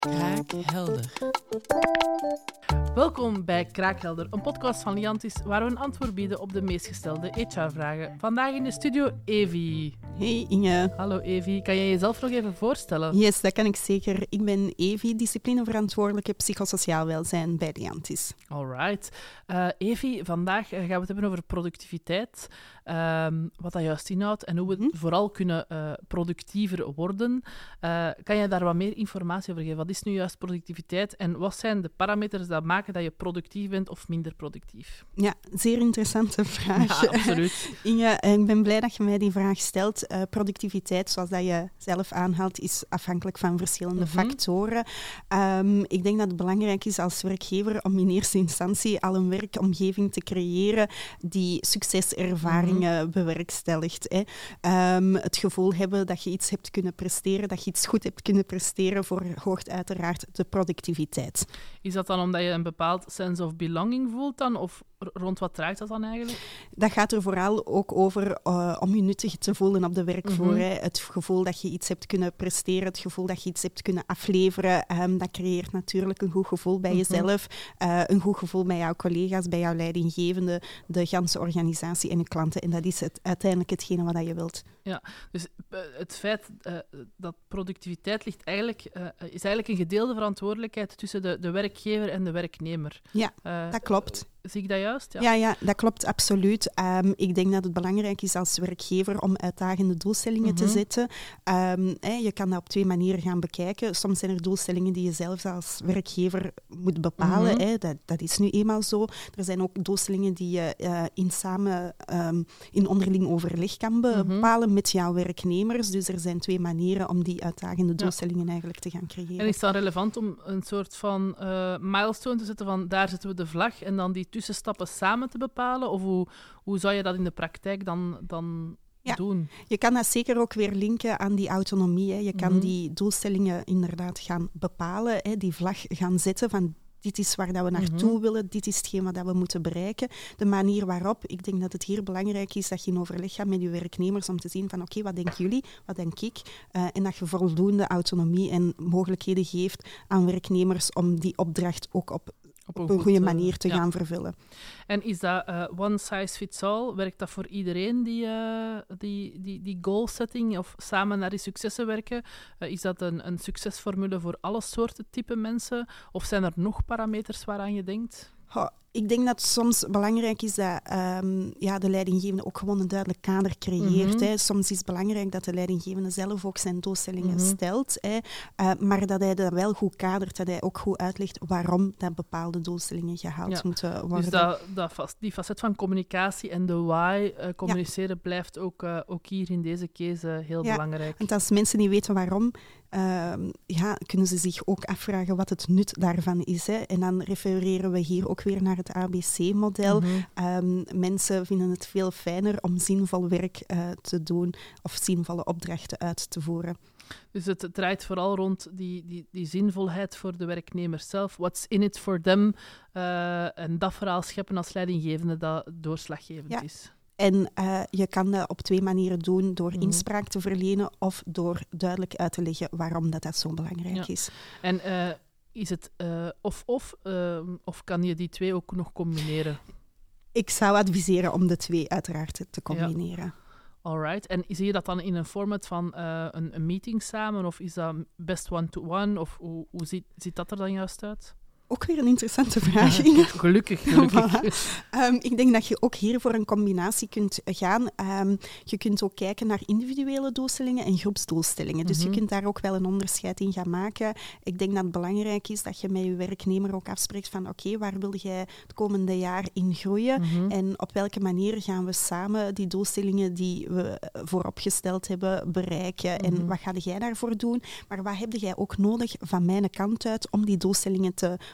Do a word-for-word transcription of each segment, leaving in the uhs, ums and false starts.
Kraakhelder. Welkom bij Kraakhelder, een podcast van Liantis waar we een antwoord bieden op de meest gestelde H R-vragen. Vandaag in de studio Evi. Hey Inge. Hallo Evi, kan jij jezelf nog even voorstellen? Yes, dat kan ik zeker. Ik ben Evi, disciplineverantwoordelijke psychosociaal welzijn bij Liantis. Alright. Uh, Evi, vandaag gaan we het hebben over productiviteit. Um, wat dat juist inhoudt en hoe we mm-hmm. vooral kunnen uh, productiever worden. Uh, kan je daar wat meer informatie over geven? Wat is nu juist productiviteit en wat zijn de parameters die maken dat je productief bent of minder productief? Ja, zeer interessante vraag. Ja, absoluut. Inge, ik ben blij dat je mij die vraag stelt. Uh, productiviteit, zoals dat je zelf aanhaalt, is afhankelijk van verschillende mm-hmm. factoren. Um, ik denk dat het belangrijk is als werkgever om in eerste instantie al een werkomgeving te creëren die succeservaringen mm-hmm. bewerkstelligt. Hè. Um, het gevoel hebben dat je iets hebt kunnen presteren, dat je iets goed hebt kunnen presteren, verhoogt uiteraard de productiviteit. Is dat dan omdat je een bepaald sense of belonging voelt dan? Of rond wat draait dat dan eigenlijk? Dat gaat er vooral ook over uh, om je nuttig te voelen op de werkvloer. Mm-hmm. Hè. Het gevoel dat je iets hebt kunnen presteren, het gevoel dat je iets hebt kunnen afleveren, um, dat creëert natuurlijk een goed gevoel bij mm-hmm. jezelf, uh, een goed gevoel bij jouw collega's, bij jouw leidinggevende, de ganse organisatie en je klanten. En dat is het, uiteindelijk hetgene wat je wilt. Ja, dus uh, het feit uh, dat productiviteit ligt eigenlijk, uh, is eigenlijk een gedeelde verantwoordelijkheid tussen de, de werkgever en de werknemer. Ja, uh, dat klopt. Zie ik dat juist? Ja, ja, ja dat klopt absoluut. Um, ik denk dat het belangrijk is als werkgever om uitdagende doelstellingen mm-hmm. te zetten. Um, hey, je kan dat op twee manieren gaan bekijken. Soms zijn er doelstellingen die je zelf als werkgever moet bepalen. Mm-hmm. Hey, dat, dat is nu eenmaal zo. Er zijn ook doelstellingen die je uh, in samen um, in onderling overleg kan be- mm-hmm. bepalen met jouw werknemers. Dus er zijn twee manieren om die uitdagende doelstellingen ja. eigenlijk te gaan creëren. En is het dan relevant om een soort van uh, milestone te zetten van daar zetten we de vlag en dan die tussenstappen samen te bepalen? Of hoe, hoe zou je dat in de praktijk dan, dan ja, doen? Je kan dat zeker ook weer linken aan die autonomie. Hè. Je kan mm-hmm. die doelstellingen inderdaad gaan bepalen, hè, die vlag gaan zetten van dit is waar dat we naartoe mm-hmm. willen, dit is hetgeen wat we moeten bereiken. De manier waarop, ik denk dat het hier belangrijk is dat je in overleg gaat met je werknemers om te zien van oké, okay, wat denken jullie, wat denk ik? Uh, en dat je voldoende autonomie en mogelijkheden geeft aan werknemers om die opdracht ook op Op een, op een goede manier te uh, gaan ja. vervullen. En is dat uh, one size fits all? Werkt dat voor iedereen, die, uh, die, die, die goal setting, of samen naar die successen werken? Uh, is dat een, een succesformule voor alle soorten type mensen? Of zijn er nog parameters waaraan je denkt? Oh, ik denk dat het soms belangrijk is dat um, ja, de leidinggevende ook gewoon een duidelijk kader creëert. Mm-hmm. Hè. Soms is het belangrijk dat de leidinggevende zelf ook zijn doelstellingen mm-hmm. stelt. Hè. Uh, maar dat hij dat wel goed kadert, dat hij ook goed uitlegt waarom dat bepaalde doelstellingen gehaald ja. moeten worden. Dus dat, dat, die facet van communicatie en de why uh, communiceren ja. blijft ook, uh, ook hier in deze case uh, heel ja, belangrijk. Want als mensen niet weten waarom, uh, ja, kunnen ze zich ook afvragen wat het nut daarvan is. Hè. En dan refereren we hier ook weer naar het A B C-model. Mm-hmm. Um, mensen vinden het veel fijner om zinvol werk uh, te doen of zinvolle opdrachten uit te voeren. Dus het draait vooral rond die, die, die zinvolheid voor de werknemers zelf. What's in it for them? Uh, en dat verhaal scheppen als leidinggevende dat doorslaggevend ja. is. En uh, je kan dat op twee manieren doen, door mm. inspraak te verlenen of door duidelijk uit te leggen waarom dat, dat zo belangrijk ja. is. En uh, is het uh, of-of, uh, of kan je die twee ook nog combineren? Ik zou adviseren om de twee uiteraard te combineren. Ja. Alright. En zie je dat dan in een format van uh, een, een meeting samen, of is dat best one-to-one, of hoe, hoe ziet, ziet dat er dan juist uit? Ook weer een interessante vraag, Inge. Gelukkig, gelukkig. Voilà. Um, ik denk dat je ook hier voor een combinatie kunt gaan. Um, je kunt ook kijken naar individuele doelstellingen en groepsdoelstellingen. Mm-hmm. Dus je kunt daar ook wel een onderscheid in gaan maken. Ik denk dat het belangrijk is dat je met je werknemer ook afspreekt van oké, okay, waar wil jij het komende jaar in groeien? Mm-hmm. En op welke manier gaan we samen die doelstellingen die we vooropgesteld hebben bereiken? Mm-hmm. En wat ga jij daarvoor doen? Maar wat heb jij ook nodig van mijn kant uit om die doelstellingen te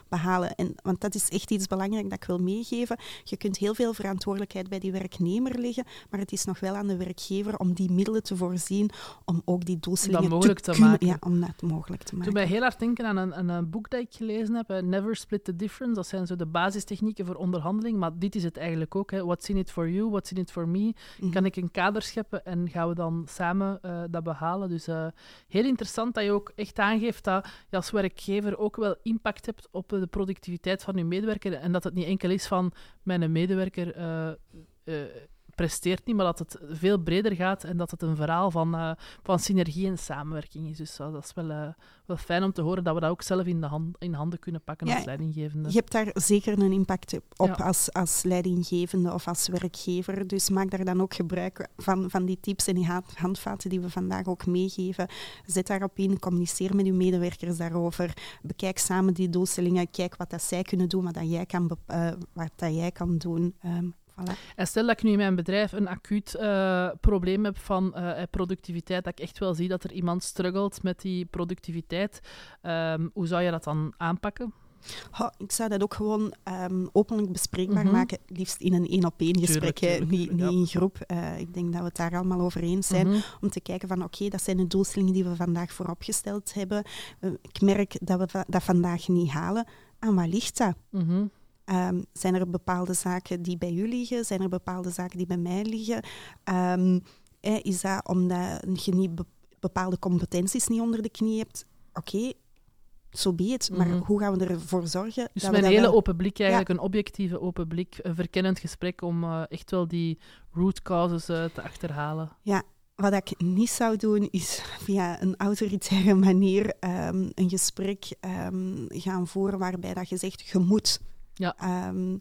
behalen. En, want dat is echt iets belangrijks dat ik wil meegeven. Je kunt heel veel verantwoordelijkheid bij die werknemer leggen, maar het is nog wel aan de werkgever om die middelen te voorzien om ook die doelstellingen mogelijk te, te kunnen, maken. Ja, om dat mogelijk te maken. Toen mij heel hard denken aan een, een, een boek dat ik gelezen heb, uh, Never Split the Difference. Dat zijn zo de basistechnieken voor onderhandeling, maar dit is het eigenlijk ook. Hè. What's in it for you, what's in it for me? Mm-hmm. Kan ik een kader scheppen en gaan we dan samen uh, dat behalen? Dus uh, heel interessant dat je ook echt aangeeft dat je als werkgever ook wel impact hebt op de productiviteit van je medewerker en dat het niet enkel is van mijn medewerker uh, uh, presteert niet, maar dat het veel breder gaat en dat het een verhaal van, uh, van synergie en samenwerking is. Dus uh, dat is wel, uh, wel fijn om te horen dat we dat ook zelf in, de hand, in handen kunnen pakken ja, als leidinggevende. Je hebt daar zeker een impact op ja. als, als leidinggevende of als werkgever. Dus maak daar dan ook gebruik van, van die tips en die handvaten die we vandaag ook meegeven. Zet daarop in, communiceer met uw medewerkers daarover. Bekijk samen die doelstellingen, kijk wat dat zij kunnen doen, wat dat jij kan, uh, wat dat jij kan doen. Um, Voilà. En stel dat ik nu in mijn bedrijf een acuut uh, probleem heb van uh, productiviteit, dat ik echt wel zie dat er iemand struggelt met die productiviteit. Um, hoe zou je dat dan aanpakken? Oh, ik zou dat ook gewoon um, openlijk bespreekbaar mm-hmm. maken, liefst in een één-op-één gesprek, tuurlijk, tuurlijk, niet, niet ja. in groep. Uh, ik denk dat we het daar allemaal over eens zijn, mm-hmm. om te kijken van oké, okay, dat zijn de doelstellingen die we vandaag vooropgesteld hebben. Uh, ik merk dat we va- dat vandaag niet halen. Aan wat ligt dat? Mm-hmm. Um, zijn er bepaalde zaken die bij u liggen? Zijn er bepaalde zaken die bij mij liggen? Um, eh, is dat omdat je niet be- bepaalde competenties niet onder de knie hebt? Oké, okay, so be it. Maar mm-hmm. hoe gaan we ervoor zorgen? Dus dat met we een hele wel... open blik eigenlijk, ja. een objectieve open blik, een verkennend gesprek om uh, echt wel die root causes uh, te achterhalen. Ja. Wat ik niet zou doen, is via een autoritaire manier um, een gesprek um, gaan voeren waarbij dat je zegt, je moet... Ja. Um,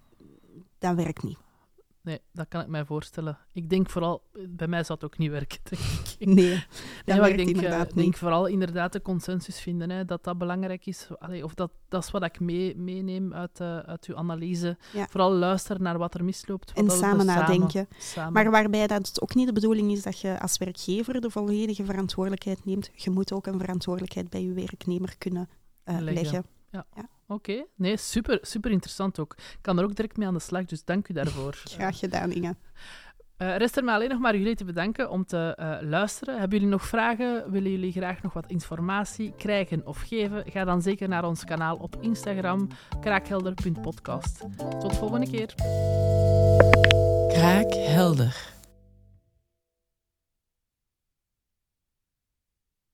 dat werkt niet. Nee, dat kan ik mij voorstellen. Ik denk vooral, bij mij zou het ook niet werken, denk ik. Nee, dat nee, werkt ik denk, inderdaad uh, niet. Ik denk vooral inderdaad de consensus vinden, hè, dat dat belangrijk is. Allee, of dat, dat is wat ik mee, meeneem uit, uh, uit uw analyse. Ja. Vooral luisteren naar wat er misloopt. Wat en dat samen nadenken. Samen, samen. Maar waarbij dat het ook niet de bedoeling is dat je als werkgever de volledige verantwoordelijkheid neemt. Je moet ook een verantwoordelijkheid bij je werknemer kunnen uh, leggen. leggen. Ja. ja. Oké, okay. nee, super, super interessant ook. Ik kan er ook direct mee aan de slag, dus dank u daarvoor. Graag gedaan, Inge. Uh, rest er mij alleen nog maar jullie te bedanken om te uh, luisteren. Hebben jullie nog vragen? Willen jullie graag nog wat informatie krijgen of geven? Ga dan zeker naar ons kanaal op Instagram, kraakhelder punt podcast. Tot volgende keer. Kraakhelder.